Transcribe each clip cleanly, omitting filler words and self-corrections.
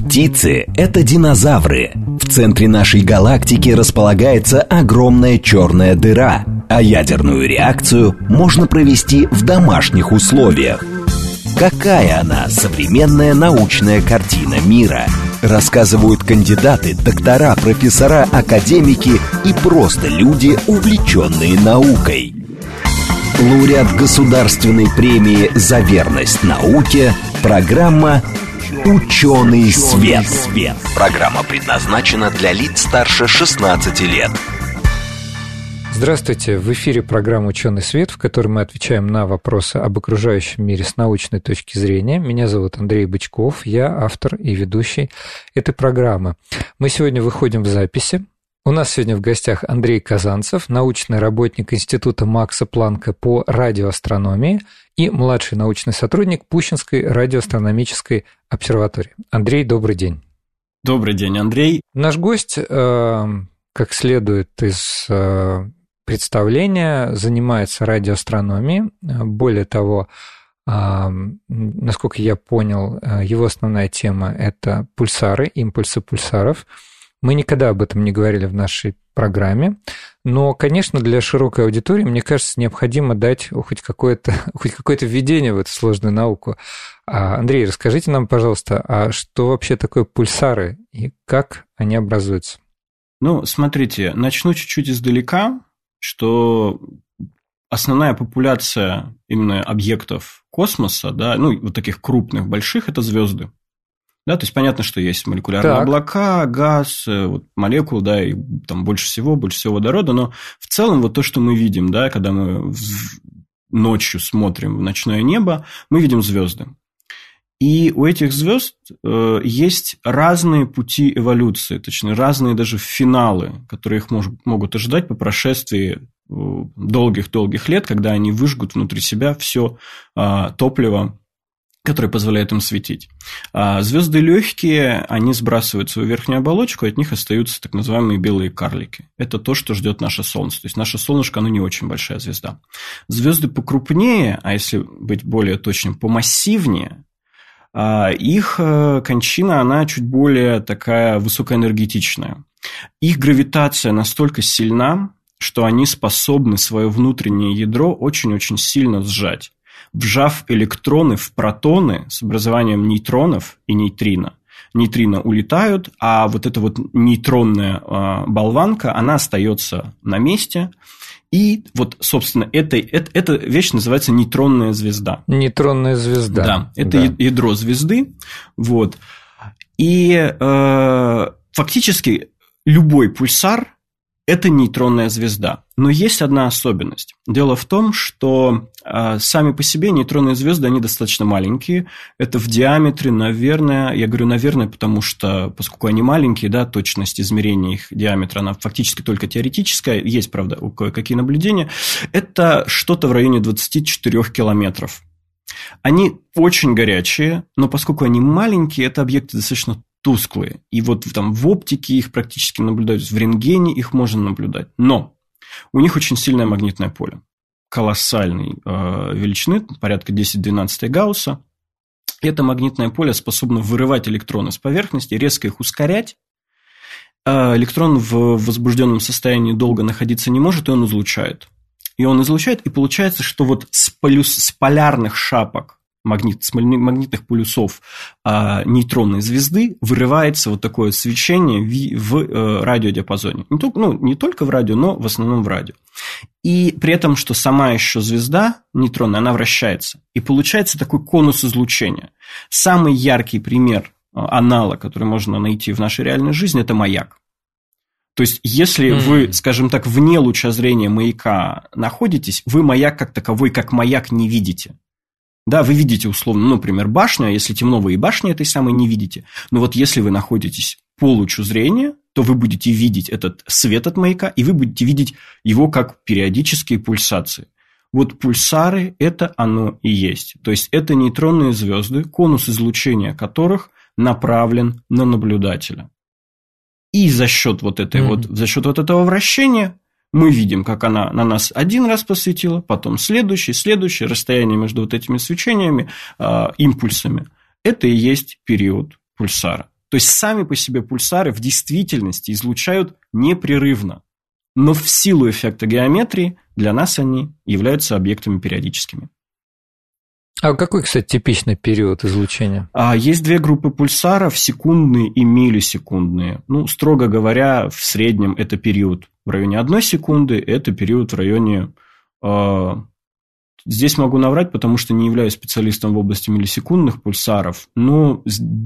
Птицы – это динозавры. В центре нашей галактики располагается огромная черная дыра, а ядерную реакцию можно провести в домашних условиях. Какая она, современная научная картина мира? Рассказывают кандидаты, доктора, профессора, академики и просто люди, увлеченные наукой. Лауреат Государственной премии за верность науке, программа «Ученый свет». Программа предназначена для лиц старше 16 лет. Здравствуйте, в эфире программа «Ученый свет», в которой мы отвечаем на вопросы об окружающем мире с научной точки зрения. Меня зовут Андрей Бычков, я автор и ведущий этой программы. Мы сегодня выходим в записи. У нас сегодня в гостях Андрей Казанцев, научный работник Института Макса Планка по радиоастрономии и младший научный сотрудник Пущинской радиоастрономической обсерватории. Андрей, добрый день. Добрый день, Андрей. Наш гость, как следует из представления, занимается радиоастрономией. Более того, насколько я понял, его основная тема – это пульсары, импульсы пульсаров. Мы никогда об этом не говорили в нашей программе, но, конечно, для широкой аудитории, мне кажется, необходимо дать хоть какое-то введение в эту сложную науку. Андрей, расскажите нам, пожалуйста, а что вообще такое пульсары и как они образуются? Ну, смотрите, начну чуть-чуть издалека, что основная популяция именно объектов космоса, да, ну, вот таких крупных, больших, это звезды. Да, то есть понятно, что есть молекулярные облака, газ, вот, молекулы, да, и там больше всего водорода, но в целом вот то, что мы видим, да, когда мы ночью смотрим в ночное небо, мы видим звезды. И у этих звезд есть разные пути эволюции, точнее, разные даже финалы, которые их могут ожидать по прошествии долгих-долгих лет, когда они выжгут внутри себя все топливо, которое позволяет им светить. Звезды легкие, они сбрасывают свою верхнюю оболочку, и от них остаются так называемые белые карлики. Это то, что ждет наше Солнце. То есть, наше солнышко, оно не очень большая звезда. Звезды покрупнее, а если быть более точным, помассивнее, их кончина, она чуть более такая высокоэнергетичная. Их гравитация настолько сильна, что они способны свое внутреннее ядро очень-очень сильно сжать. Вжав электроны в протоны с образованием нейтронов и нейтрино. Нейтрино улетают, а вот эта вот нейтронная болванка, она остается на месте. И вот, собственно, эта вещь называется нейтронная звезда. Нейтронная звезда. Да, это ядро звезды. Вот. И фактически любой пульсар – это нейтронная звезда. Но есть одна особенность. Дело в том, что сами по себе нейтронные звезды, они достаточно маленькие. Это в диаметре, наверное, я говорю наверное, потому что, поскольку они маленькие, да, точность измерения их диаметра, она фактически только теоретическая. Есть, правда, кое-какие наблюдения. Это что-то в районе 24 километров. Они очень горячие, но поскольку они маленькие, это объекты достаточно тусклые. И вот там в оптике их практически наблюдают, в рентгене их можно наблюдать. Но у них очень сильное магнитное поле. Колоссальной величины, порядка 10-12 Гаусса. Это магнитное поле способно вырывать электроны с поверхности, резко их ускорять. Электрон в возбужденном состоянии долго находиться не может, и он излучает. И получается, что вот с полярных шапок с магнитных полюсов нейтронной звезды вырывается вот такое свечение в радиодиапазоне. Не только в радио, но в основном в радио. И при этом, что сама еще звезда нейтронная, она вращается. И получается такой конус излучения. Самый яркий пример аналог, который можно найти в нашей реальной жизни, это маяк. То есть, если вы, скажем так, вне луча зрения маяка находитесь, вы маяк как таковой, как маяк, не видите. Да, вы видите, условно, например, башню, а если темно, вы и башни этой самой не видите. Но вот если вы находитесь по лучу зрения, то вы будете видеть этот свет от маяка, и вы будете видеть его как периодические пульсации. Вот пульсары – это оно и есть. То есть, это нейтронные звезды, конус излучения которых направлен на наблюдателя. И за счет вот этого вращения мы видим, как она на нас один раз посветила, потом следующее, расстояние между вот этими свечениями, импульсами. Это и есть период пульсара. То есть сами по себе пульсары в действительности излучают непрерывно. Но в силу эффекта геометрии для нас они являются объектами периодическими. А какой, кстати, типичный период излучения? Есть две группы пульсаров, секундные и миллисекундные. Строго говоря, в среднем это период в районе 1 секунды, это период в районе... Здесь могу наврать, потому что не являюсь специалистом в области миллисекундных пульсаров. 10-30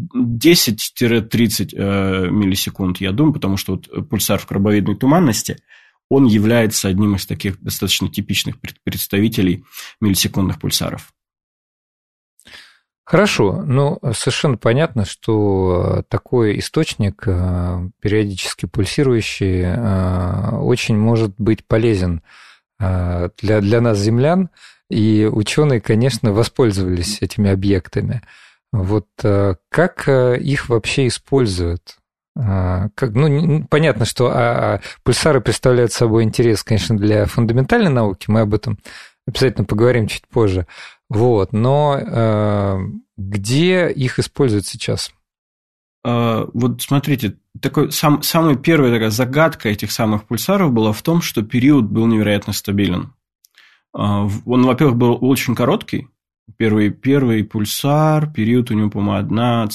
миллисекунд, я думаю, потому что пульсар в крабовидной туманности, он является одним из таких достаточно типичных представителей миллисекундных пульсаров. Хорошо, совершенно понятно, что такой источник, периодически пульсирующий, очень может быть полезен для нас, землян, и ученые, конечно, воспользовались этими объектами. Вот как их вообще используют? Понятно, что пульсары представляют собой интерес, конечно, для фундаментальной науки, мы об этом обязательно поговорим чуть позже. Но где их используют сейчас? Вот смотрите, самая первая такая загадка этих самых пульсаров была в том, что период был невероятно стабилен. Он, во-первых, был очень короткий. Первый пульсар, период у него, по-моему,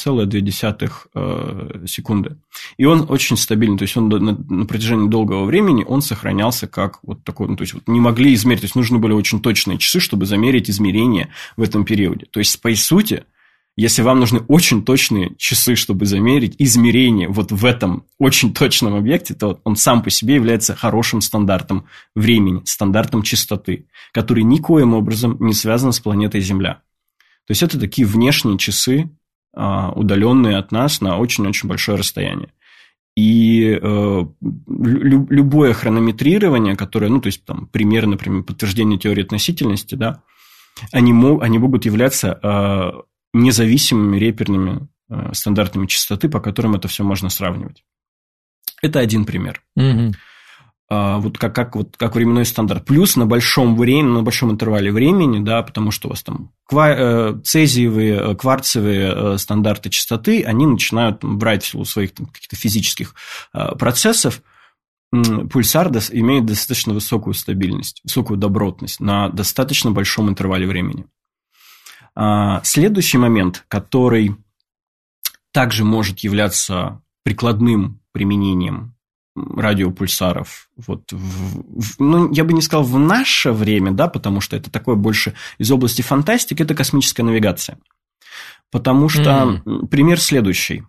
1,2 секунды. И он очень стабильный. То есть, он на протяжении долгого времени он сохранялся как вот такой... то есть, не могли измерить. То есть, нужны были очень точные часы, чтобы замерить измерения в этом периоде. То есть, по сути, если вам нужны очень точные часы, чтобы замерить измерения вот в этом очень точном объекте, то он сам по себе является хорошим стандартом времени, стандартом частоты, который никоим образом не связан с планетой Земля. То есть, это такие внешние часы, удаленные от нас на очень-очень большое расстояние. И любое хронометрирование, которое, то есть, примеры, например, подтверждение теории относительности, да, они могут являться... независимыми реперными стандартами частоты, по которым это все можно сравнивать. Это один пример. Угу. Вот как временной стандарт. Плюс на большом интервале времени, да, потому что у вас там цезиевые, кварцевые стандарты частоты, они начинают брать в силу своих каких-то физических процессов. Пульсар имеет достаточно высокую стабильность, высокую добротность на достаточно большом интервале времени. Следующий момент, который также может являться прикладным применением радиопульсаров, я бы не сказал в наше время, да, потому что это такое больше из области фантастики, это космическая навигация. Потому что пример следующий.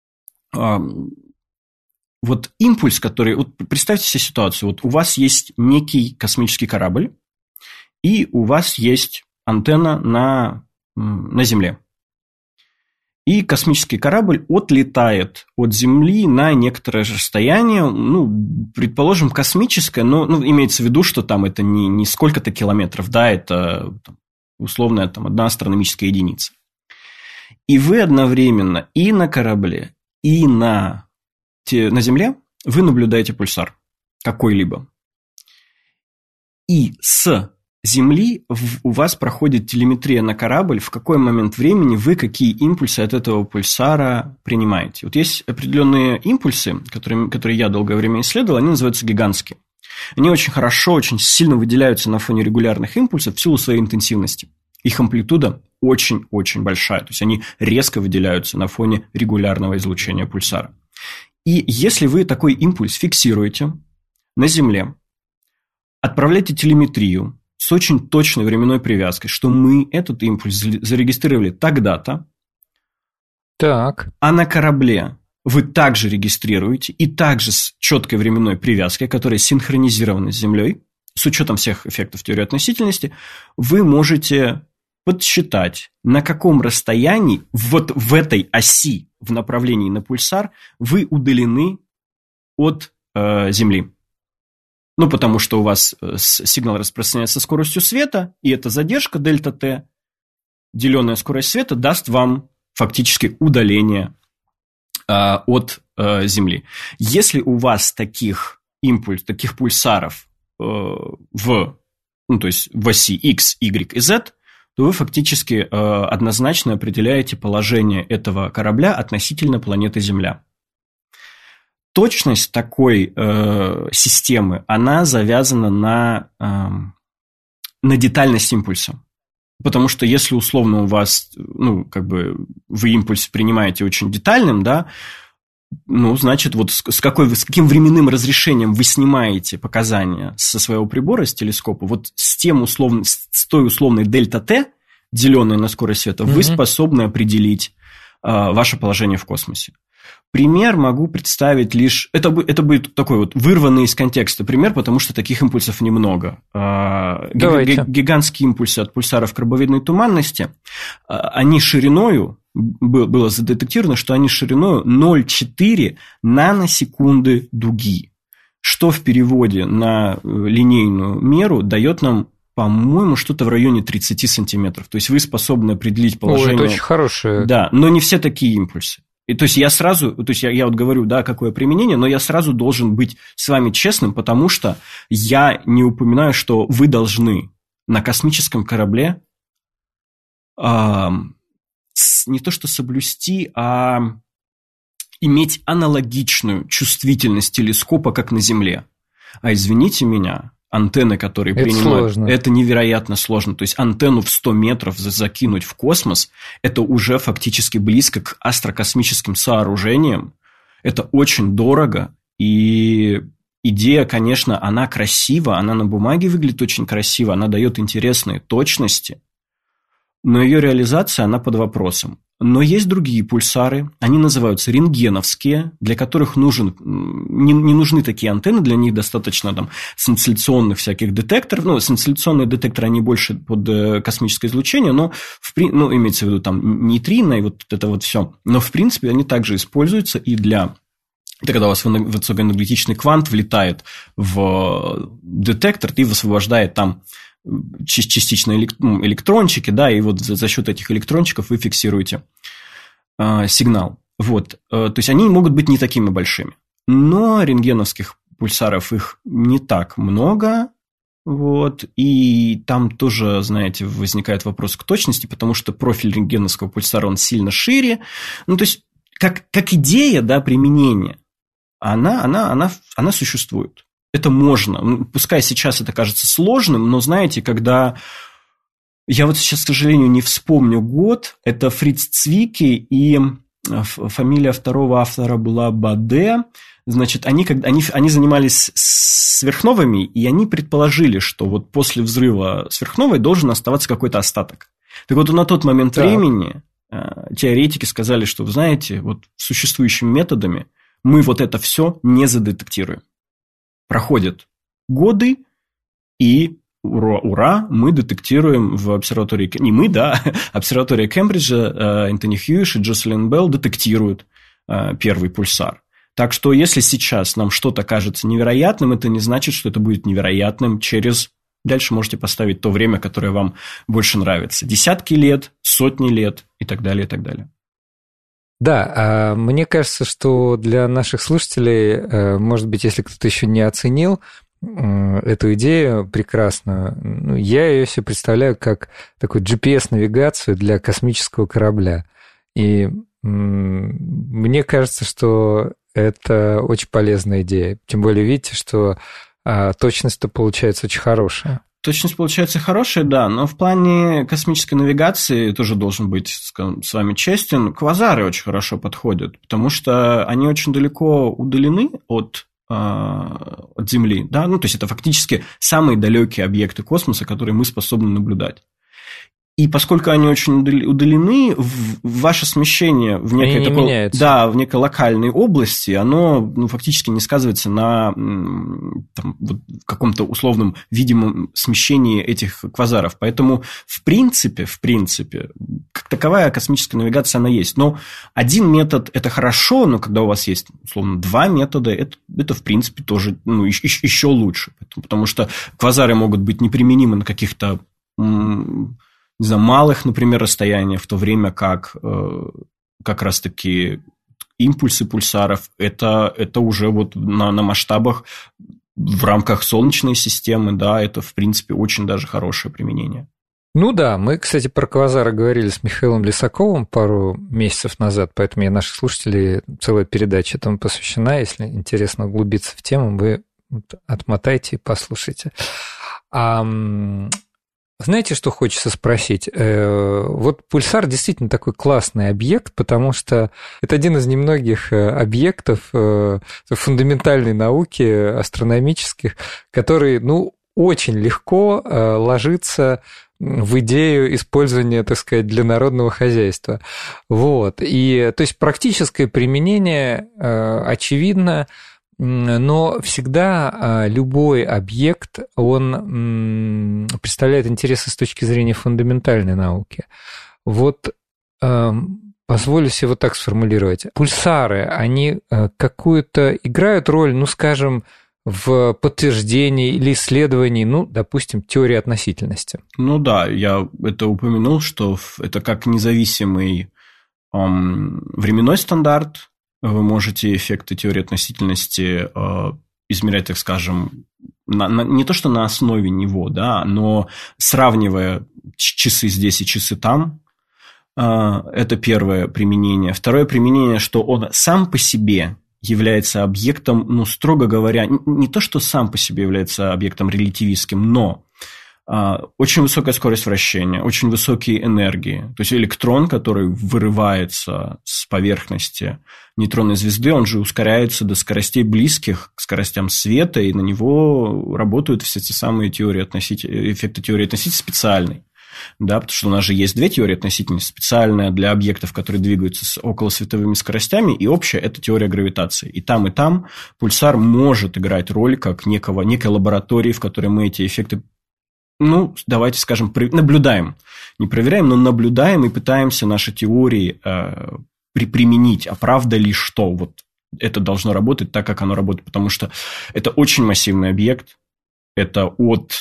Вот импульс, который... представьте себе ситуацию. У вас есть некий космический корабль, и у вас есть антенна на Земле. И космический корабль отлетает от Земли на некоторое расстояние, предположим, космическое, но имеется в виду, что там это не сколько-то километров, да, это условная 1 астрономическая единица. И вы одновременно и на корабле, и на Земле вы наблюдаете пульсар какой-либо. И с Земли у вас проходит телеметрия на корабль, в какой момент времени вы какие импульсы от этого пульсара принимаете. Вот есть определенные импульсы, которые я долгое время исследовал, они называются гигантские. Они очень хорошо, очень сильно выделяются на фоне регулярных импульсов в силу своей интенсивности. Их амплитуда очень-очень большая, то есть они резко выделяются на фоне регулярного излучения пульсара. И если вы такой импульс фиксируете на Земле, отправляете телеметрию с очень точной временной привязкой, что мы этот импульс зарегистрировали тогда-то, так. А на корабле вы также регистрируете и также с четкой временной привязкой, которая синхронизирована с Землей, с учетом всех эффектов теории относительности, вы можете подсчитать, на каком расстоянии вот в этой оси в направлении на пульсар вы удалены от Земли. Потому что у вас сигнал распространяется со скоростью света, и эта задержка дельта Т, деленная скорость света, даст вам фактически удаление от Земли. Если у вас таких пульсаров то есть в оси X, Y и Z, то вы фактически однозначно определяете положение этого корабля относительно планеты Земля. Точность такой системы, она завязана на детальность импульса. Потому что если условно у вас, вы импульс принимаете очень детальным, да, значит, вот с каким временным разрешением вы снимаете показания со своего прибора, с телескопа, вот с той условной дельта-Т, деленной на скорость света, вы способны определить ваше положение в космосе. Пример могу представить лишь... Это будет такой вот вырванный из контекста пример, потому что таких импульсов немного. Гигантские импульсы от пульсаров крабовидной туманности, они шириною, было задетектировано, что они шириною 0,4 наносекунды дуги, что в переводе на линейную меру дает нам, по-моему, что-то в районе 30 сантиметров. То есть вы способны определить положение... это очень хорошее. Да, но не все такие импульсы. И то есть я вот говорю, да, какое применение, но я сразу должен быть с вами честным, потому что я не упоминаю, что вы должны на космическом корабле не то что соблюсти, а иметь аналогичную чувствительность телескопа, как на Земле. А извините меня, антенны, которые принимают, это невероятно сложно. То есть антенну в 100 метров закинуть в космос, это уже фактически близко к астрокосмическим сооружениям. Это очень дорого. И идея, конечно, она красива, она на бумаге выглядит очень красиво, она дает интересные точности, но ее реализация, она под вопросом. Но есть другие пульсары, они называются рентгеновские, для которых не нужны такие антенны, для них достаточно там синцилляционных всяких детекторов. Синцилляционные детекторы, они больше под космическое излучение, но имеется в виду там нейтрино и вот это вот все. Но, в принципе, они также используются и для... Это когда у вас высокоэнергетичный квант влетает в детектор и высвобождает там частично электрончики, да, и вот за счет этих электрончиков вы фиксируете сигнал. Вот. То есть они могут быть не такими большими. Но рентгеновских пульсаров их не так много. Вот. И там тоже, знаете, возникает вопрос к точности, потому что профиль рентгеновского пульсара, он сильно шире. То есть, как идея, да, применения, она существует. Это можно. Пускай сейчас это кажется сложным, но, знаете, когда... Я вот сейчас, к сожалению, не вспомню год. Это Фриц Цвики, и фамилия второго автора была Баде. Значит, они занимались сверхновыми, и они предположили, что вот после взрыва сверхновой должен оставаться какой-то остаток. Так вот, на тот момент времени теоретики сказали, что, вы знаете, вот существующими методами мы вот это все не задетектируем. Проходят годы, и ура, мы детектируем в обсерватории... Не мы, да, обсерватория Кембриджа, Энтони Хьюиш и Джоселин Белл детектируют первый пульсар. Так что, если сейчас нам что-то кажется невероятным, это не значит, что это будет невероятным через... Дальше можете поставить то время, которое вам больше нравится. Десятки лет, сотни лет и так далее, и так далее. Да, мне кажется, что для наших слушателей, может быть, если кто-то еще не оценил эту идею прекрасно, я ее себе представляю как такую GPS-навигацию для космического корабля. И мне кажется, что это очень полезная идея. Тем более, видите, что точность-то получается очень хорошая. Точность получается хорошая, да, но в плане космической навигации тоже должен быть с вами честен. Квазары очень хорошо подходят, потому что они очень далеко удалены от Земли, да, то есть это фактически самые далекие объекты космоса, которые мы способны наблюдать. И поскольку они очень удалены, ваше смещение в некой, в некой локальной области, оно фактически не сказывается на вот, каком-то условном видимом смещении этих квазаров. Поэтому, в принципе, как таковая космическая навигация, она есть. Но один метод – это хорошо, но когда у вас есть, условно, два метода, это в принципе, тоже еще лучше. Потому что квазары могут быть неприменимы на каких-то... за малых, например, расстояниях, в то время как раз-таки импульсы пульсаров это уже вот на масштабах в рамках Солнечной системы, да, это, в принципе, очень даже хорошее применение. Ну да, мы, кстати, про квазары говорили с Михаилом Лисаковым пару месяцев назад, поэтому наших слушателей целая передача этому посвящена. Если интересно углубиться в тему, вы отмотайте и послушайте. Знаете, что хочется спросить? Вот пульсар действительно такой классный объект, потому что это один из немногих объектов фундаментальной науки, астрономических, который, очень легко ложится в идею использования, так сказать, для народного хозяйства. Вот. И, то есть, практическое применение очевидно, но всегда любой объект, он представляет интересы с точки зрения фундаментальной науки. Вот позволю себе вот так сформулировать. Пульсары, они какую-то играют роль, скажем, в подтверждении или исследовании, допустим, теории относительности. Да, я это упомянул, что это как независимый временной стандарт. Вы можете эффекты теории относительности измерять, так скажем, не то что на основе него, да, но сравнивая часы здесь и часы там. Это первое применение. Второе применение, что он сам по себе является объектом, строго говоря, не то, что сам по себе является объектом релятивистским, но очень высокая скорость вращения, очень высокие энергии. То есть электрон, который вырывается с поверхности нейтронной звезды, он же ускоряется до скоростей близких к скоростям света, и на него работают все те самые эффекты теории относительности специальной. Да, потому что у нас же есть две теории относительности. Специальная для объектов, которые двигаются с околосветовыми скоростями, и общая – это теория гравитации. И там пульсар может играть роль как некой лаборатории, в которой мы эти эффекты, давайте скажем, наблюдаем. Не проверяем, но наблюдаем и пытаемся наши теории применить. А правда ли, что вот это должно работать так, как оно работает? Потому что это очень массивный объект. Это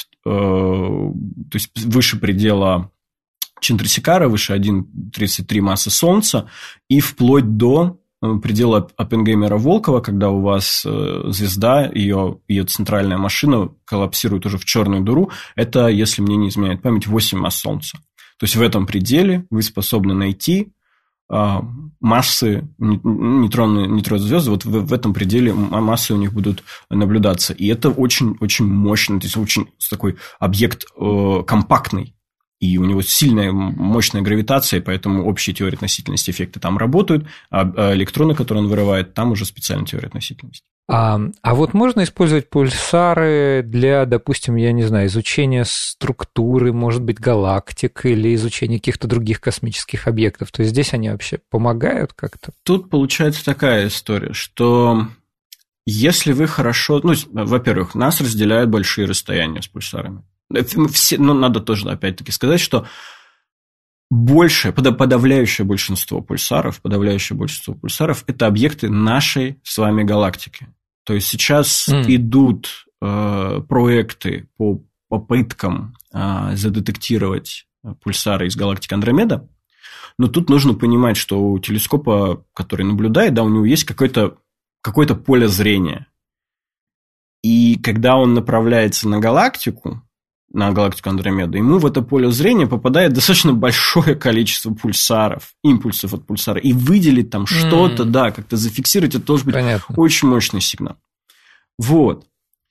то есть выше предела Чандрасекара, выше 1,33 массы Солнца, и вплоть до предела Оппенгеймера-Волкова, когда у вас звезда, ее центральная машина коллапсирует уже в черную дыру, это, если мне не изменяет память, 8 масс Солнца. То есть в этом пределе вы способны найти массы нейтронных звезд, вот в этом пределе массы у них будут наблюдаться. И это очень-очень мощный, то есть очень такой объект компактный. И у него сильная, мощная гравитация, поэтому общие теории относительности эффекты там работают, а электроны, которые он вырывает, там уже специальная теория относительности. А вот можно использовать пульсары для, допустим, я не знаю, изучения структуры, может быть, галактик или изучения каких-то других космических объектов? То есть здесь они вообще помогают как-то? Тут получается такая история, что если вы хорошо... во-первых, нас разделяют большие расстояния с пульсарами. Надо тоже, опять-таки, сказать, что подавляющее большинство пульсаров – это объекты нашей с вами галактики. То есть сейчас идут проекты по попыткам задетектировать пульсары из галактики Андромеда, но тут нужно понимать, что у телескопа, который наблюдает, у него есть какое-то поле зрения. И когда он направляется на галактику Андромеда, ему в это поле зрения попадает достаточно большое количество пульсаров, импульсов от пульсара. И выделить там что-то, как-то зафиксировать, это должен быть очень мощный сигнал. Вот.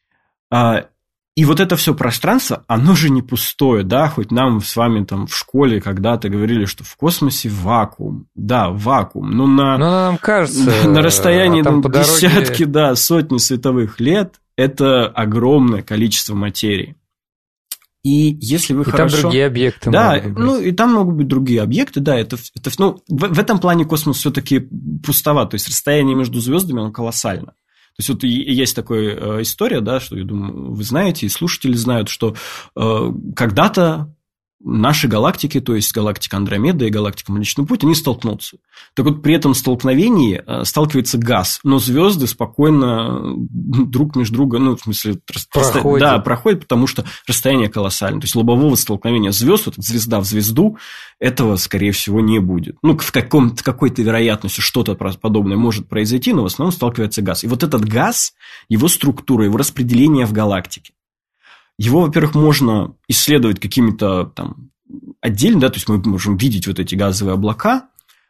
И вот это все пространство, оно же не пустое, хоть нам с вами там в школе когда-то говорили, что в космосе вакуум. Да, вакуум. Но нам кажется, на расстоянии десятки, дороге... сотни световых лет это огромное количество материи. И если вы хорошо... там другие объекты могут быть. И там могут быть другие объекты, в этом плане космос все-таки пустоват, то есть расстояние между звездами, оно колоссально. То есть вот есть такая история, что, я думаю, вы знаете, и слушатели знают, что когда-то наши галактики, то есть галактика Андромеда и галактика Млечный Путь, они столкнутся. Так вот, при этом столкновении сталкивается газ, но звезды спокойно друг между другом, проходят, потому что расстояние колоссальное. То есть лобового столкновения звезд, вот звезда в звезду, этого, скорее всего, не будет. В какой-то вероятностью что-то подобное может произойти, но в основном сталкивается газ. И вот этот газ, его структура, его распределение в галактике, его, во-первых, можно исследовать какими-то там отдельно, да, то есть мы можем видеть вот эти газовые облака,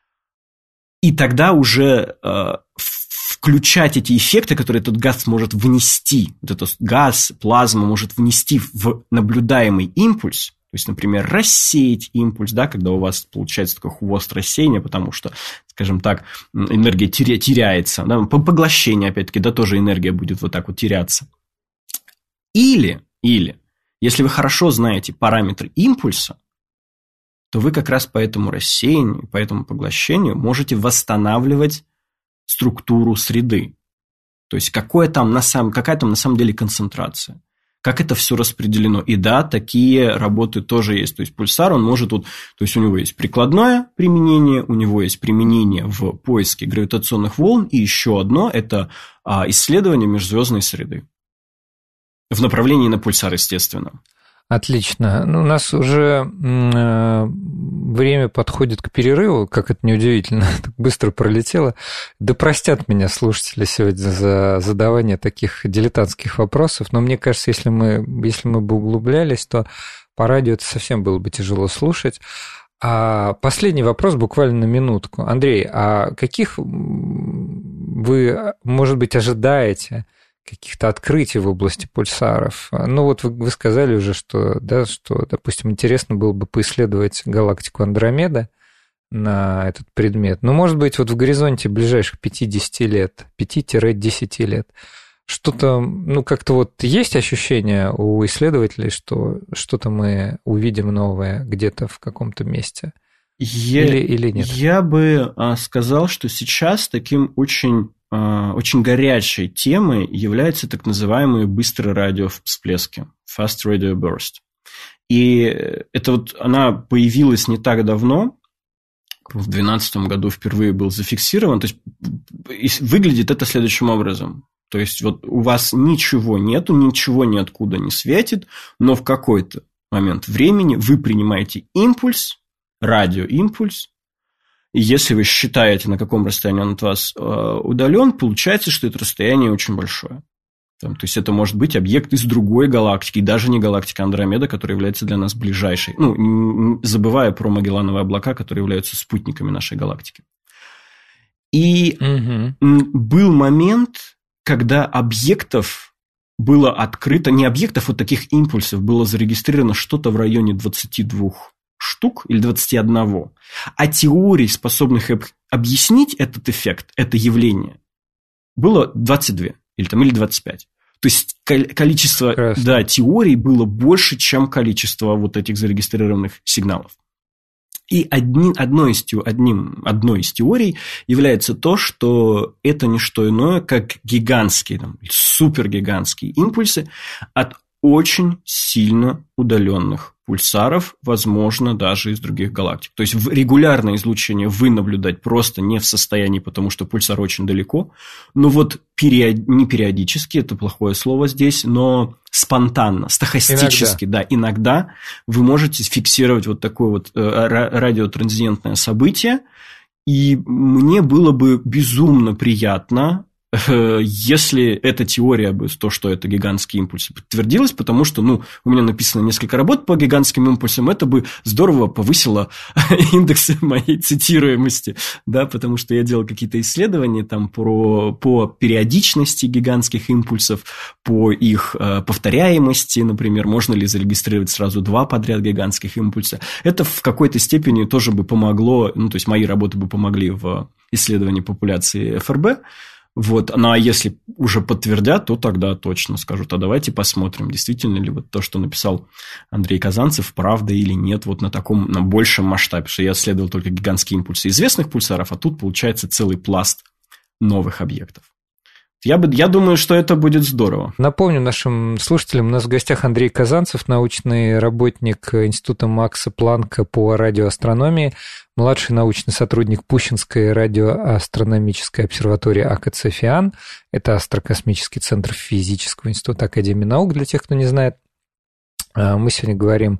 и тогда уже включать эти эффекты, которые этот газ может внести, вот этот газ, плазма может внести в наблюдаемый импульс, то есть, например, рассеять импульс, да, когда у вас получается такой хвост рассеяния, потому что, скажем так, энергия теряется, да, поглощение, опять-таки, да, тоже энергия будет вот так вот теряться. Или, если вы хорошо знаете параметры импульса, то вы как раз по этому рассеянию, по этому поглощению можете восстанавливать структуру среды. То есть, какая там на самом деле концентрация. Как это все распределено. И да, такие работы тоже есть. То есть, пульсар, он может... то есть, у него есть прикладное применение, у него есть применение в поиске гравитационных волн, и еще одно – это исследование межзвездной среды. В направлении на пульсар, естественно. Отлично. У нас уже время подходит к перерыву, как это неудивительно, так быстро пролетело. Да простят меня слушатели сегодня за задавание таких дилетантских вопросов, но мне кажется, если мы бы углублялись, то по радио это совсем было бы тяжело слушать. А последний вопрос буквально на минутку. Андрей, а каких вы, может быть, ожидаете каких-то открытий в области пульсаров? Ну, вот вы сказали уже, что, допустим, интересно было бы поисследовать галактику Андромеда на этот предмет. Но, может быть, вот в горизонте ближайших 5-10 лет что-то, как-то вот есть ощущение у исследователей, что что-то мы увидим новое где-то в каком-то месте? Или нет? Я бы сказал, что сейчас таким очень горячей темой являются так называемые быстрые радиовсплески, fast radio burst. И это вот она появилась не так давно, в 2012 году впервые был зафиксирован. То есть, выглядит это следующим образом. То есть, вот у вас ничего нету, ничего ниоткуда не светит, но в какой-то момент времени вы принимаете импульс, радиоимпульс, и если вы считаете, на каком расстоянии он от вас удален, получается, что это расстояние очень большое. То есть, это может быть объект из другой галактики, даже не галактика Андромеда, которая является для нас ближайшей. Забывая про Магеллановые облака, которые являются спутниками нашей галактики. И был момент, когда объектов было открыто, не объектов, вот таких импульсов, было зарегистрировано что-то в районе 22 штук или 21, а теорий, способных объяснить этот эффект, это явление, было 22 или 25. То есть, количество теорий было больше, чем количество вот этих зарегистрированных сигналов. И одной из теорий является то, что это не что иное, как гигантские, супергигантские импульсы от очень сильно удаленных пульсаров, возможно, даже из других галактик. То есть, регулярное излучение вы наблюдать просто не в состоянии, потому что пульсар очень далеко. Но вот не периодически, это плохое слово здесь, но спонтанно, стохастически, иногда вы можете фиксировать вот такое вот радиотранзиентное событие. И мне было бы безумно приятно, если эта теория бы, то, что это гигантские импульсы, подтвердилась, потому что, у меня написано несколько работ по гигантским импульсам, это бы здорово повысило индекс моей цитируемости, да, потому что я делал какие-то исследования там по периодичности гигантских импульсов, по их повторяемости, например, можно ли зарегистрировать сразу 2 подряд гигантских импульса. Это в какой-то степени тоже бы помогло, то есть, мои работы бы помогли в исследовании популяции ФРБ. Вот, а если уже подтвердят, то тогда точно скажут, а давайте посмотрим, действительно ли вот то, что написал Андрей Казанцев, правда или нет, вот на большем масштабе, что я исследовал только гигантские импульсы известных пульсаров, а тут получается целый пласт новых объектов. Я думаю, что это будет здорово. Напомню нашим слушателям, у нас в гостях Андрей Казанцев, научный работник Института Макса Планка по радиоастрономии, младший научный сотрудник Пущинской радиоастрономической обсерватории АКЦ ФИАН, это Астрокосмический центр Физического института Академии наук, для тех, кто не знает. Мы сегодня говорим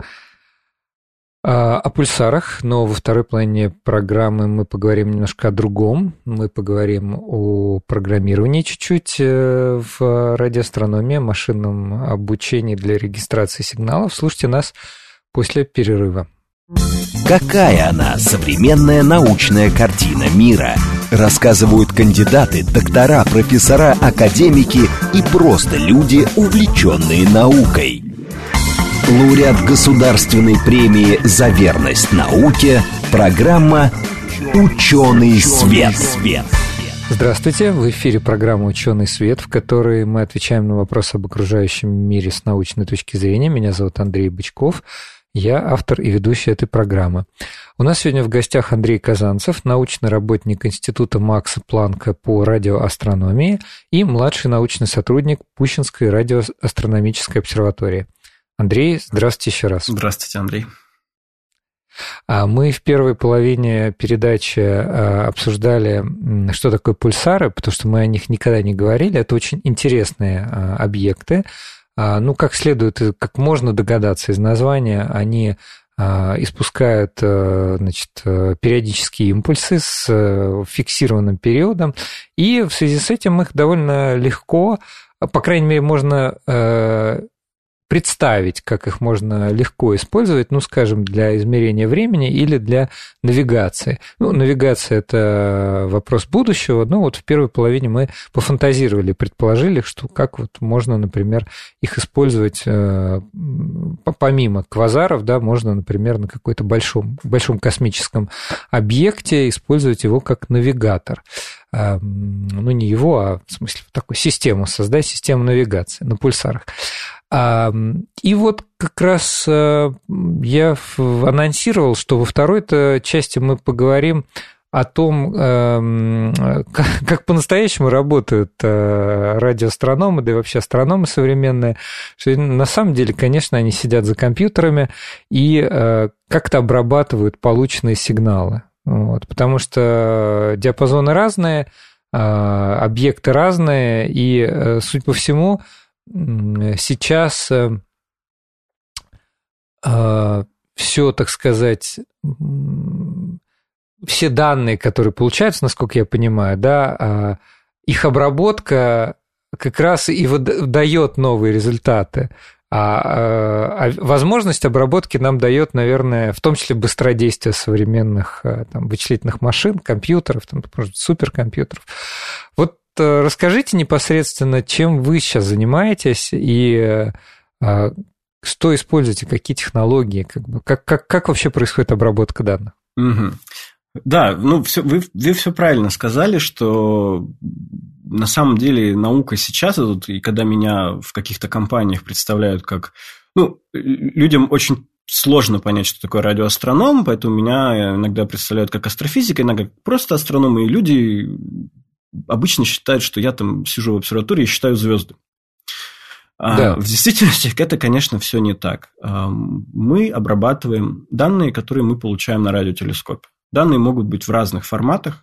о пульсарах, но во второй половине программы мы поговорим немножко о другом. Мы поговорим о программировании чуть-чуть в радиоастрономии, машинном обучении для регистрации сигналов. Слушайте нас после перерыва. Какая она, современная научная картина мира? Рассказывают кандидаты, доктора, профессора, академики и просто люди, увлеченные наукой. Лауреат Государственной премии «За верность науке» программа «Ученый свет». Здравствуйте, в эфире программа «Ученый свет», в которой мы отвечаем на вопросы об окружающем мире с научной точки зрения. Меня зовут Андрей Бычков, я автор и ведущий этой программы. У нас сегодня в гостях Андрей Казанцев, научный работник Института Макса Планка по радиоастрономии и младший научный сотрудник Пущинской радиоастрономической обсерватории. Андрей, здравствуйте еще раз. Здравствуйте, Андрей. Мы в первой половине передачи обсуждали, что такое пульсары, потому что мы о них никогда не говорили. Это очень интересные объекты. Как следует, как можно догадаться из названия, они испускают, периодические импульсы с фиксированным периодом, и в связи с этим их довольно легко, по крайней мере, можно представить, как их можно легко использовать, скажем, для измерения времени или для навигации. Навигация – это вопрос будущего, в первой половине мы пофантазировали, предположили, что как можно, например, их использовать помимо квазаров, можно, например, на какой-то большом космическом объекте использовать его как навигатор. Не его, а в смысле такую систему, создать систему навигации на пульсарах. И как раз я анонсировал, что во второй-то части мы поговорим о том, как по-настоящему работают радиоастрономы, да и вообще астрономы современные, что на самом деле, конечно, они сидят за компьютерами и как-то обрабатывают полученные сигналы. Потому что диапазоны разные, объекты разные, и, судя по всему, сейчас все, так сказать, все данные, которые получаются, насколько я понимаю, их обработка как раз и дает новые результаты. А возможность обработки нам дает, наверное, в том числе быстродействие современных вычислительных машин, компьютеров, может, суперкомпьютеров. Расскажите непосредственно, чем вы сейчас занимаетесь и что используете, какие технологии, как вообще происходит обработка данных? Угу. Да, вы все правильно сказали, что на самом деле наука сейчас, и когда меня в каких-то компаниях представляют как... людям очень сложно понять, что такое радиоастроном, поэтому меня иногда представляют как астрофизика, иногда как просто астроном, и люди обычно считают, что я там сижу в обсерватории и считаю звезды. Да. В действительности это, конечно, все не так. Мы обрабатываем данные, которые мы получаем на радиотелескопе. Данные могут быть в разных форматах.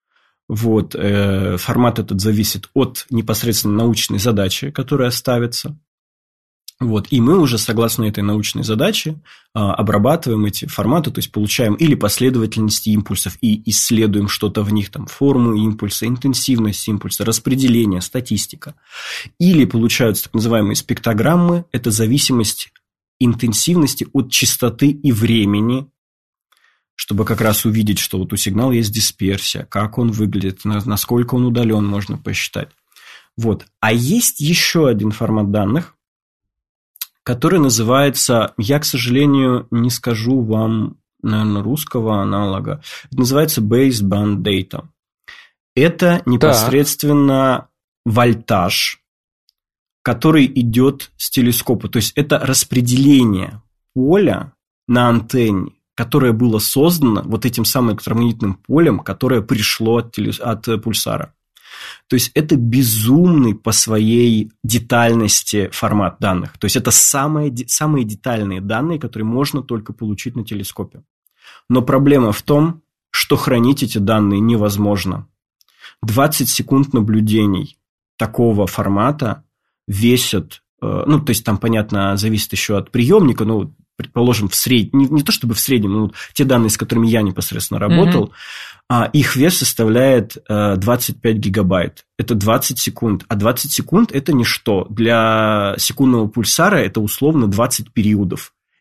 Формат этот зависит от непосредственно научной задачи, которая ставится. И мы уже, согласно этой научной задаче, обрабатываем эти форматы, то есть получаем или последовательности импульсов и исследуем что-то в них, форму импульса, интенсивность импульса, распределение, статистика. Или получаются так называемые спектрограммы, это зависимость интенсивности от частоты и времени, чтобы как раз увидеть, что у сигнала есть дисперсия, как он выглядит, насколько он удален, можно посчитать. А есть еще один формат данных, который называется, я, к сожалению, не скажу вам, наверное, русского аналога, это называется baseband data. Это непосредственно вольтаж, который идет с телескопа. То есть, это распределение поля на антенне, которое было создано этим самым электромагнитным полем, которое пришло от пульсара. То есть, это безумный по своей детальности формат данных. То есть, это самые детальные данные, которые можно только получить на телескопе. Но проблема в том, что хранить эти данные невозможно. 20 секунд наблюдений такого формата весят... то есть, там, понятно, зависит еще от приемника, предположим, в среднем... Не то чтобы в среднем, те данные, с которыми я непосредственно работал, их вес составляет 25 гигабайт. Это 20 секунд. А 20 секунд – это ничто. Для секундного пульсара это условно 20 периодов.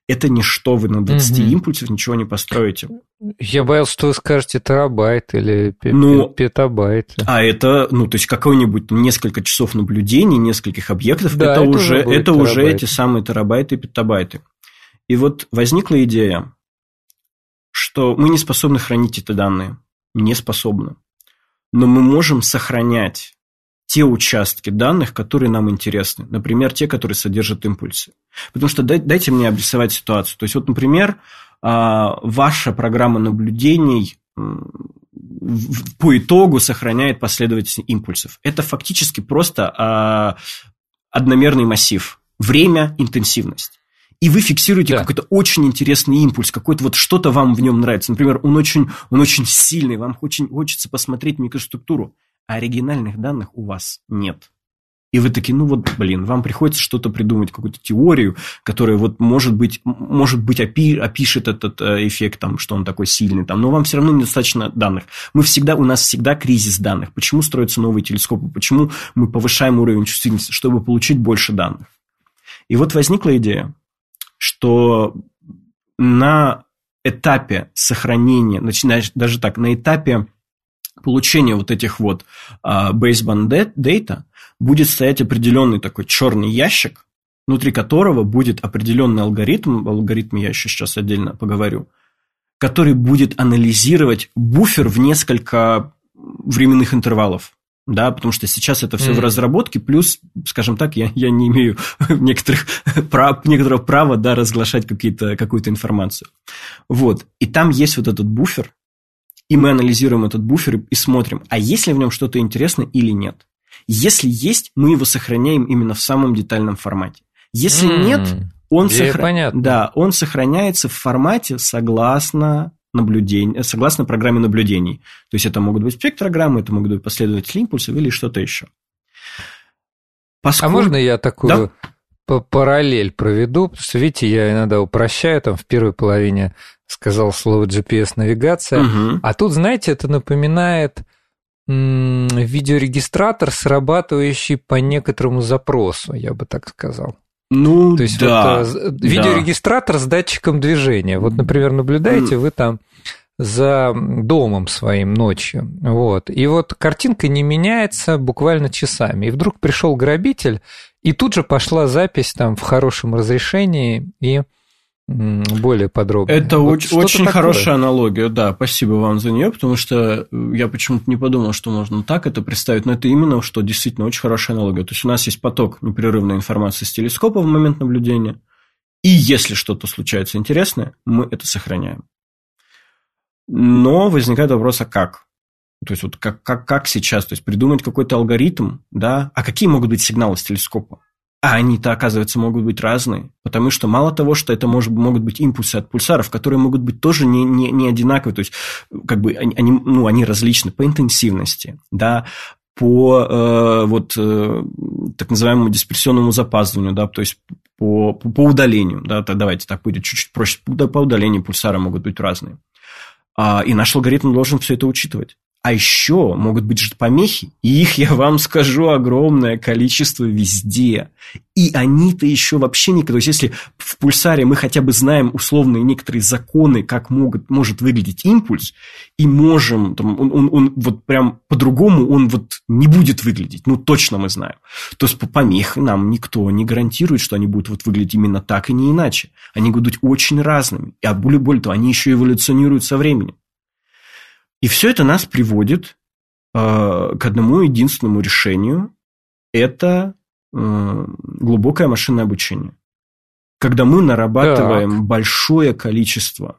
Это ничто, вы на 20 импульсов ничего не построите. Я боялся, что вы скажете терабайт или петабайт. А это, то есть, какое-нибудь несколько часов наблюдений, нескольких объектов, да, это уже эти самые терабайты и петабайты. И вот возникла идея, что мы не способны хранить эти данные. Не способны. Но мы можем сохранять те участки данных, которые нам интересны. Например, те, которые содержат импульсы. Потому что дайте мне обрисовать ситуацию. То есть, вот, например, ваша программа наблюдений по итогу сохраняет последовательность импульсов. Это фактически просто одномерный массив. Время, интенсивность. И вы фиксируете какой-то очень интересный импульс, какой-то вот что-то вам в нем нравится. Например, он очень сильный, вам очень хочется посмотреть микроструктуру. А оригинальных данных у вас нет. И вы такие, вам приходится что-то придумать, какую-то теорию, которая вот может быть опишет этот эффект, там, что он такой сильный, там, но вам все равно недостаточно данных. У нас всегда кризис данных. Почему строятся новые телескопы? Почему мы повышаем уровень чувствительности? Чтобы получить больше данных. И вот возникла идея, что на этапе сохранения, даже так, на этапе получения вот этих вот baseband data будет стоять определенный такой черный ящик, внутри которого будет определенный алгоритм, о алгоритме я еще сейчас отдельно поговорю, который будет анализировать буфер в несколько временных интервалов. Да, потому что сейчас это все в разработке, плюс, скажем так, я не имею некоторого права разглашать какую-то информацию. Вот. И там есть вот этот буфер, и мы анализируем этот буфер и смотрим, а есть ли в нем что-то интересное или нет. Если есть, мы его сохраняем именно в самом детальном формате. Если нет, он сохраняется в формате согласно программе наблюдений. То есть, это могут быть спектрограммы, это могут быть последователи импульсов или что-то еще. А можно я такую параллель проведу? Потому что, видите, я иногда упрощаю, там в первой половине сказал слово GPS-навигация, а тут, знаете, это напоминает видеорегистратор, срабатывающий по некоторому запросу, я бы так сказал. То есть, видеорегистратор с датчиком движения. Вот, например, наблюдаете вы там за домом своим ночью, и вот картинка не меняется буквально часами. И вдруг пришел грабитель, и тут же пошла запись там в хорошем разрешении и более подробно. Это очень хорошая аналогия, да, спасибо вам за нее, потому что я почему-то не подумал, что можно так это представить, но это именно что действительно очень хорошая аналогия. То есть, у нас есть поток непрерывной информации с телескопа в момент наблюдения, и если что-то случается интересное, мы это сохраняем. Но возникает вопрос, а как? То есть, вот как сейчас? То есть, придумать какой-то алгоритм, да? А какие могут быть сигналы с телескопа? А они-то, оказывается, могут быть разные, потому что мало того, что это могут быть импульсы от пульсаров, которые могут быть тоже не одинаковые, то есть, они различны по интенсивности, да, по так называемому дисперсионному запаздыванию, да, то есть по удалению, да, давайте так будет чуть-чуть проще, по удалению пульсары могут быть разные. И наш алгоритм должен все это учитывать. А еще могут быть же помехи, и их, я вам скажу, огромное количество везде. И они-то еще вообще никогда... То есть, если в пульсаре мы хотя бы знаем условные некоторые законы, как может выглядеть импульс, и можем... Он вот прям по-другому он вот не будет выглядеть. Точно мы знаем. То есть, по помехам нам никто не гарантирует, что они будут вот выглядеть именно так и не иначе. Они будут быть очень разными. А более того, они еще эволюционируют со временем. И все это нас приводит к одному единственному решению – это глубокое машинное обучение. Когда мы нарабатываем большое количество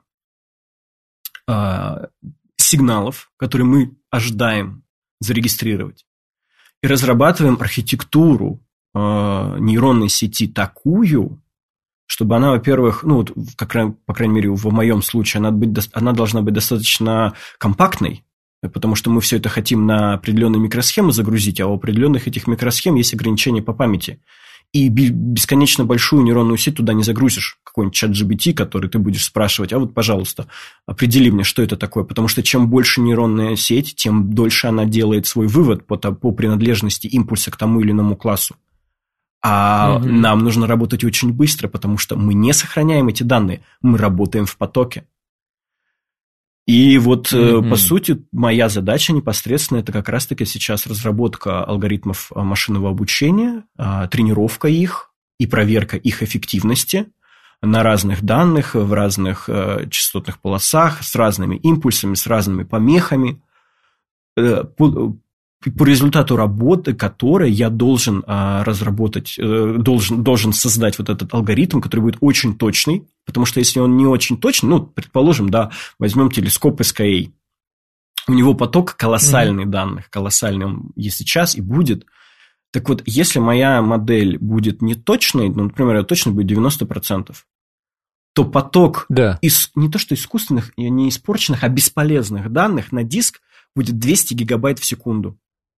сигналов, которые мы ожидаем зарегистрировать, и разрабатываем архитектуру нейронной сети такую, чтобы она, во-первых, по крайней мере, в моем случае, она должна быть достаточно компактной, потому что мы все это хотим на определенные микросхемы загрузить, а у определенных этих микросхем есть ограничения по памяти. И бесконечно большую нейронную сеть туда не загрузишь, какой-нибудь чат GPT, который ты будешь спрашивать, а вот, пожалуйста, определи мне, что это такое, потому что чем больше нейронная сеть, тем дольше она делает свой вывод по принадлежности импульса к тому или иному классу. А нам нужно работать очень быстро, потому что мы не сохраняем эти данные, мы работаем в потоке. И вот, по сути, моя задача непосредственно это как раз-таки сейчас разработка алгоритмов машинного обучения, тренировка их и проверка их эффективности на разных данных, в разных частотных полосах, с разными импульсами, с разными помехами. По результату работы, которой я должен разработать, должен создать вот этот алгоритм, который будет очень точный, потому что если он не очень точный, ну, предположим, да, возьмем телескоп SKA, у него поток колоссальный данных, колоссальный он есть сейчас и будет. Так вот, если моя модель будет неточной, ну, например, ее точность будет 90%, то поток не то что искусственных, не испорченных, а бесполезных данных на диск будет 200 гигабайт в секунду.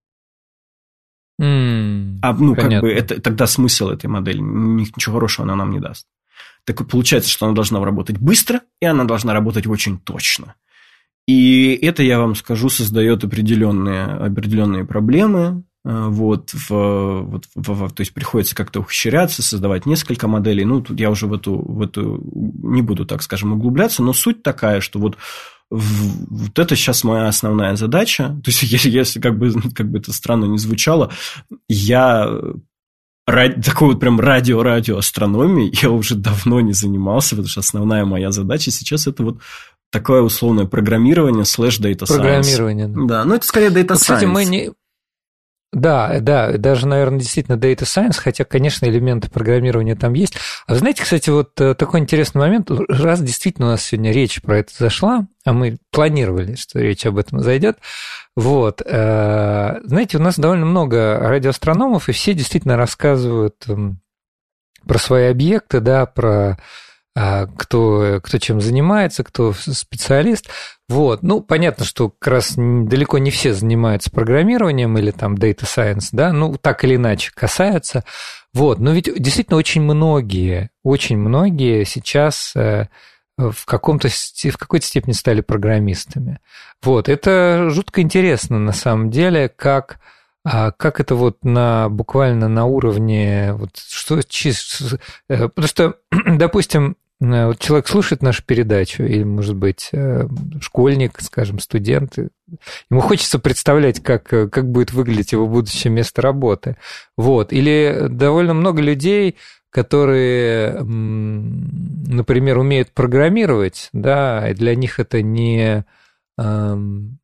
Как бы это тогда смысл этой модели, ничего хорошего она нам не даст. Так вот, получается, что она должна работать быстро, и она должна работать очень точно. И это, я вам скажу, создает определенные проблемы. То есть приходится как-то ухищряться, создавать несколько моделей. Ну, тут я уже в эту не буду, так скажем, углубляться, но суть такая, что вот это сейчас моя основная задача. То есть, если как бы это странно не звучало, я такой вот прям радиоастрономией я уже давно не занимался, потому что основная моя задача сейчас это вот такое условное программирование / data science. Программирование. Да, но это скорее data science. Кстати, мы не... Да, даже, наверное, действительно data science, хотя, конечно, элементы программирования там есть. А вы знаете, кстати, вот такой интересный момент, раз действительно у нас сегодня речь про это зашла, а мы планировали, что речь об этом зайдет, вот, знаете, у нас довольно много радиоастрономов, и все действительно рассказывают про свои объекты, да, про кто чем занимается, кто специалист. Вот. Ну, понятно, что как раз далеко не все занимаются программированием или там data science, да, ну, так или иначе касаются. Вот. Но ведь действительно очень многие сейчас в какой-то степени стали программистами. Вот. Это жутко интересно на самом деле, как это вот буквально на уровне, вот потому что, допустим, вот человек слушает нашу передачу, или, может быть, школьник, скажем, студент, ему хочется представлять, как будет выглядеть его будущее место работы. Вот. Или довольно много людей, которые, например, умеют программировать, да, и для них это не бином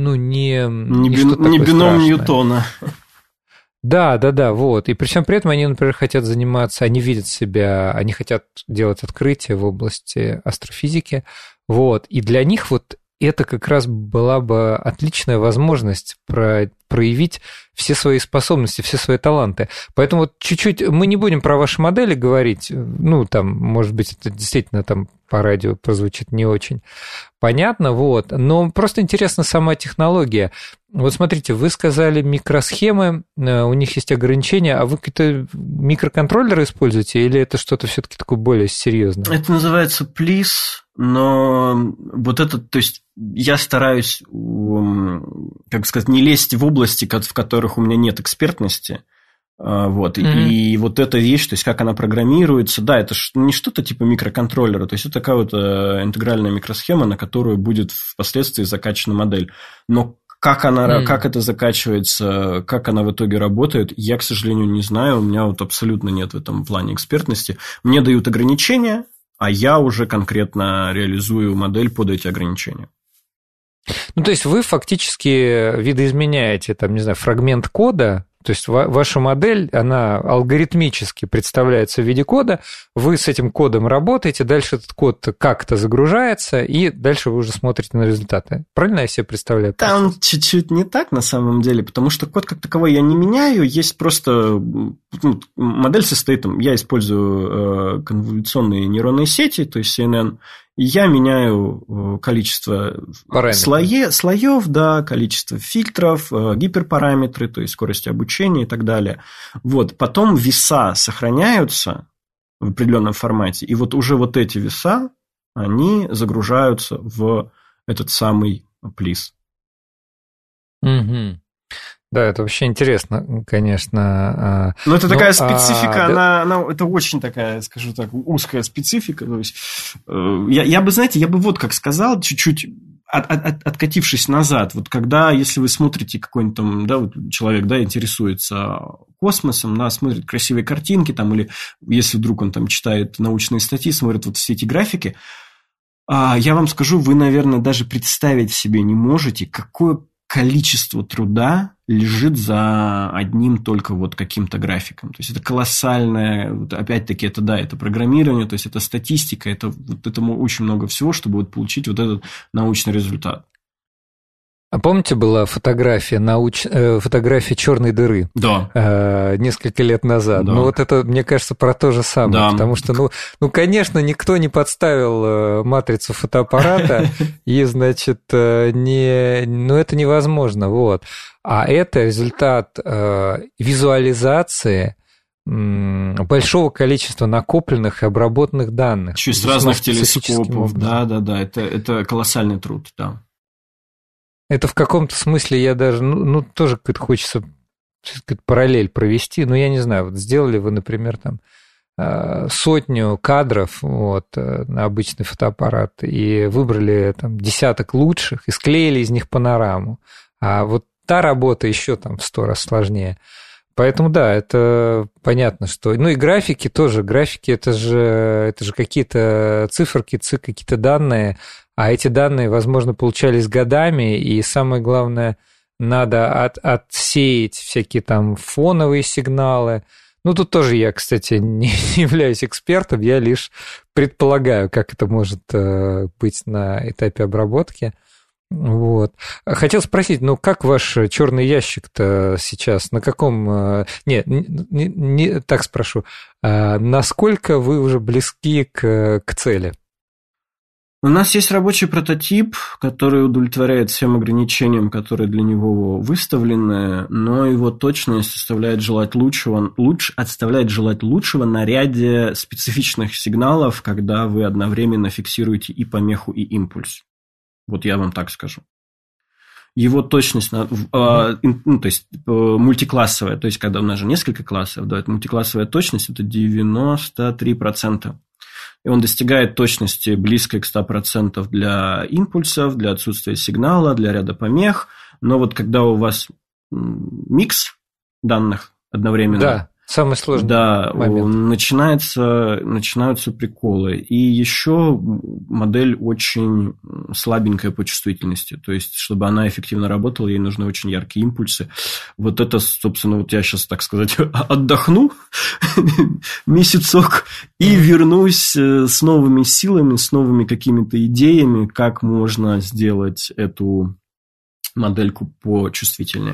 Ньютона. Да, вот. И причем при этом они, например, хотят заниматься, они видят себя, они хотят делать открытия в области астрофизики, вот. И для них вот это как раз была бы отличная возможность проявить все свои способности, все свои таланты. Поэтому вот чуть-чуть мы не будем про ваши модели говорить, ну, там, может быть, это действительно там по радио прозвучит не очень понятно, вот, но просто интересна сама технология. Вот смотрите, вы сказали микросхемы, у них есть ограничения, а вы какие-то микроконтроллеры используете или это что-то все-таки такое более серьезное? Это называется PLIS, но вот это, то есть я стараюсь, как сказать, не лезть в области, в которых у меня нет экспертности. Вот. И вот эта вещь, то есть как она программируется, да, это не что-то типа микроконтроллера, то есть это такая вот интегральная микросхема, на которую будет впоследствии закачана модель. Но как это закачивается, как она в итоге работает, я, к сожалению, не знаю, у меня вот абсолютно нет в этом плане экспертности. Мне дают ограничения, а я уже конкретно реализую модель под эти ограничения. Ну, то есть вы фактически видоизменяете, там, не знаю, фрагмент кода, то есть ваша модель, она алгоритмически представляется в виде кода, вы с этим кодом работаете, дальше этот код как-то загружается, и дальше вы уже смотрите на результаты. Правильно я себе представляю? Там чуть-чуть не так на самом деле, потому что код как таковой я не меняю, есть просто... модель состоит, я использую конволюционные нейронные сети, то есть CNN, и я меняю количество слоев, да, количество фильтров, гиперпараметры, то есть скорость обучения и так далее. Вот. Потом веса сохраняются в определенном формате, и вот уже вот эти веса, они загружаются в этот самый PLIS. Угу. Да, это вообще интересно, конечно. Но это такая специфика, она это очень такая, скажу так, узкая специфика. То есть, я бы вот как сказал, чуть-чуть откатившись назад, вот когда, если вы смотрите какой-нибудь там, да, вот человек, да, интересуется космосом, да, смотрит красивые картинки, там, или если вдруг он там читает научные статьи, смотрит вот все эти графики, я вам скажу, вы, наверное, даже представить себе не можете, какое количество труда лежит за одним только вот каким-то графиком. То есть, это колоссальное, вот опять-таки, это, да, это программирование, то есть, это статистика, это вот этому очень много всего, чтобы вот получить вот этот научный результат. А помните, была фотография черной дыры? Да. Несколько лет назад. Да. Ну, вот это, мне кажется, про то же самое. Да. Потому что, конечно, никто не подставил матрицу фотоаппарата, и, значит, это невозможно. Вот. А это результат визуализации большого количества накопленных и обработанных данных. Через разных телескопов. Да. Это колоссальный труд, да. Это в каком-то смысле я даже, тоже хочется параллель провести, но я не знаю, вот сделали вы, например, там 100 кадров вот, на обычный фотоаппарат и выбрали там десяток лучших и склеили из них панораму, а вот та работа еще там в 100 раз сложнее. Поэтому, да, это понятно, что... и графики тоже. Графики – это же какие-то циферки, какие-то данные, а эти данные, возможно, получались годами, и самое главное, надо отсеять всякие там фоновые сигналы. Тут тоже я, кстати, не являюсь экспертом, я лишь предполагаю, как это может быть на этапе обработки. Вот. Хотел спросить, как ваш черный ящик-то сейчас? На каком... не так спрошу. Насколько вы уже близки к цели? У нас есть рабочий прототип, который удовлетворяет всем ограничениям, которые для него выставлены, но его точность оставляет желать лучшего на ряде специфичных сигналов, когда вы одновременно фиксируете и помеху, и импульс. Вот я вам так скажу. Его точность, то есть мультиклассовая, то есть когда у нас же несколько классов, да, это мультиклассовая точность, это 93%. И он достигает точности близкой к 100% для импульсов, для отсутствия сигнала, для ряда помех. Но вот когда у вас микс данных одновременно... Да, самый сложный момент. Начинаются приколы. И еще модель очень слабенькая по чувствительности. То есть, чтобы она эффективно работала, ей нужны очень яркие импульсы. Вот это, собственно, вот я сейчас, так сказать, отдохну месяцок и вернусь с новыми силами, с новыми какими-то идеями, как можно сделать эту модельку почувствительнее.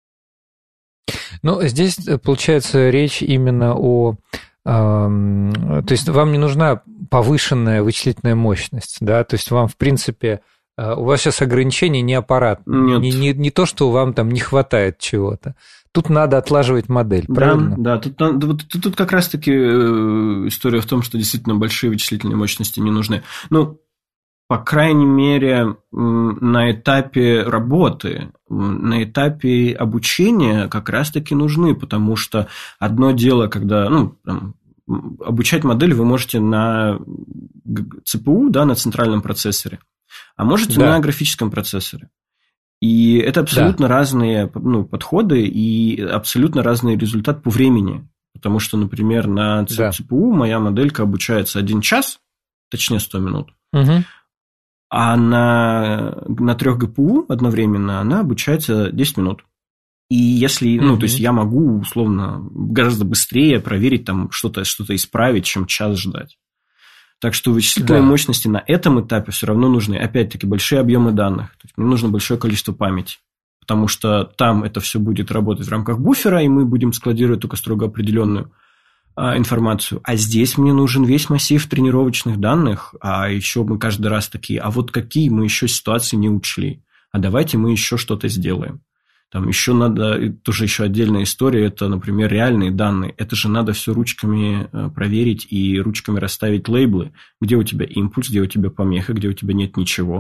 Здесь, получается, речь именно о... То есть, вам не нужна повышенная вычислительная мощность, да? То есть, вам, в принципе, у вас сейчас ограничение не аппарат, не то, что вам там не хватает чего-то. Тут надо отлаживать модель, правильно? Да, тут как раз-таки история в том, что действительно большие вычислительные мощности не нужны. По крайней мере, на этапе работы, на этапе обучения как раз-таки нужны, потому что одно дело, когда обучать модель вы можете на ЦПУ, да, на центральном процессоре, а можете на графическом процессоре. И это абсолютно разные подходы и абсолютно разный результат по времени. Потому что, например, на ЦПУ моя моделька обучается 1 час, точнее 100 минут. Угу. А на 3 ГПУ одновременно она обучается 10 минут. И если, то есть я могу, условно, гораздо быстрее проверить, там что-то исправить, чем час ждать. Так что вычислительные мощности на этом этапе все равно нужны. Опять-таки, большие объемы данных. То есть мне нужно большое количество памяти. Потому что там это все будет работать в рамках буфера, и мы будем складировать только строго определенную информацию. А здесь мне нужен весь массив тренировочных данных, а еще мы каждый раз такие, а вот какие мы еще ситуации не учли, а давайте мы еще что-то сделаем. Там еще надо, тоже еще отдельная история, это, например, реальные данные. Это же надо все ручками проверить и ручками расставить лейблы, где у тебя импульс, где у тебя помеха, где у тебя нет ничего.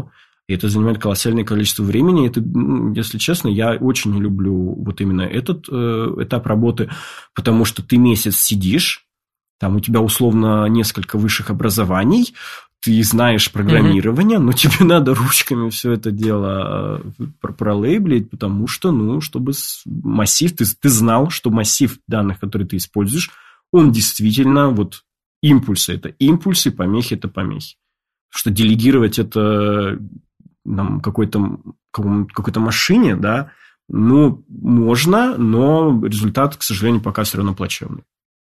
И это занимает колоссальное количество времени. Это, если честно, я очень не люблю вот именно этот этап работы, потому что ты месяц сидишь, там у тебя условно несколько высших образований, ты знаешь программирование, но тебе надо ручками все это дело пролейблить, потому что, чтобы массив, ты знал, что массив данных, который ты используешь, он действительно вот импульсы – это импульсы, помехи – это помехи. Что делегировать это какой-то машине, да, можно, но результат, к сожалению, пока все равно плачевный.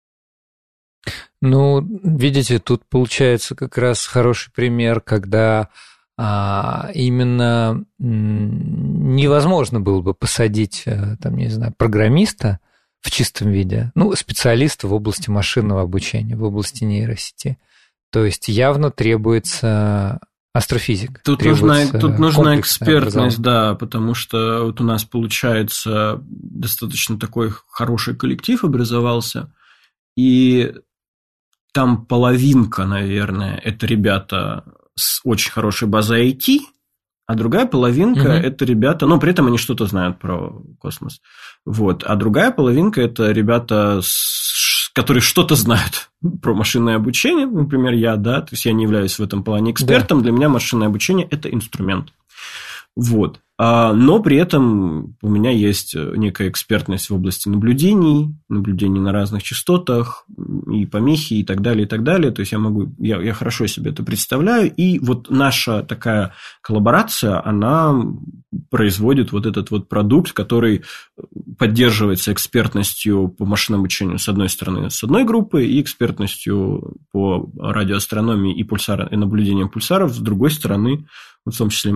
Видите, тут получается как раз хороший пример, когда именно невозможно было бы посадить, программиста в чистом виде, специалиста в области машинного обучения, в области нейросети. То есть явно требуется астрофизик. Тут нужна экспертность, да, потому что вот у нас, получается, достаточно такой хороший коллектив образовался, и там половинка, наверное, это ребята с очень хорошей базой IT, а другая половинка это ребята, но при этом они что-то знают про космос. Вот. А другая половинка это ребята, которые что-то знают про машинное обучение, например, я, да, то есть я не являюсь в этом плане экспертом, для меня машинное обучение – это инструмент. Вот. Но при этом у меня есть некая экспертность в области наблюдений на разных частотах, и помехи, и так далее, и так далее. То есть я хорошо себе это представляю. И вот наша такая коллаборация, она производит вот этот вот продукт, который поддерживается экспертностью по машинному обучению, с одной стороны, с одной группы, и экспертностью по радиоастрономии и наблюдениям пульсаров с другой стороны. В том числе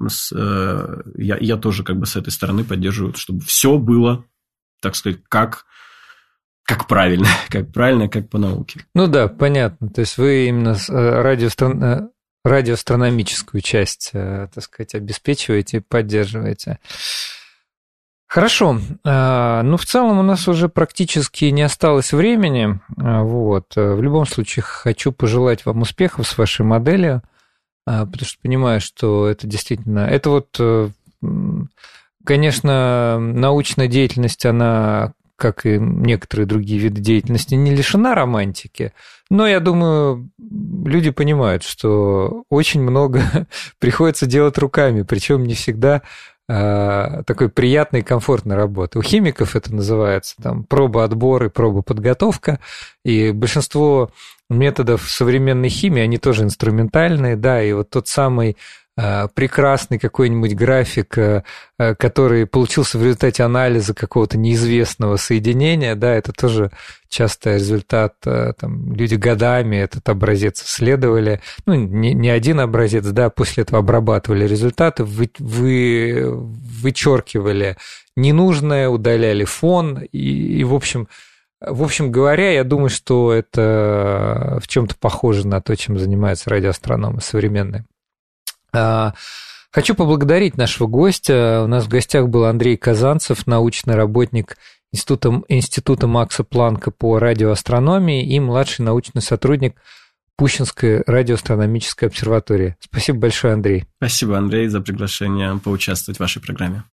я тоже как бы с этой стороны поддерживаю, чтобы все было, так сказать, как правильно, как по науке. Понятно. То есть вы именно радиоастрономическую часть, так сказать, обеспечиваете, поддерживаете. Хорошо. В целом у нас уже практически не осталось времени. Вот. В любом случае хочу пожелать вам успехов с вашей моделью. Потому что понимаю, что это действительно... Это вот, конечно, научная деятельность, она, как и некоторые другие виды деятельности, не лишена романтики, но я думаю, люди понимают, что очень много приходится делать руками, причем не всегда такой приятной и комфортной работы. У химиков это называется проба-отбор и проба-подготовка, и большинство методов современной химии, они тоже инструментальные, да, и вот тот самый прекрасный какой-нибудь график, который получился в результате анализа какого-то неизвестного соединения, да, это тоже часто результат, люди годами этот образец исследовали, не один образец, да, после этого обрабатывали результаты, вычеркивали ненужное, удаляли фон, и в общем говоря, я думаю, что это в чем-то похоже на то, чем занимаются радиоастрономы современные. Хочу поблагодарить нашего гостя. У нас в гостях был Андрей Казанцев, научный работник Института Макса Планка по радиоастрономии и младший научный сотрудник Пущинской радиоастрономической обсерватории. Спасибо большое, Андрей. Спасибо, Андрей, за приглашение поучаствовать в вашей программе.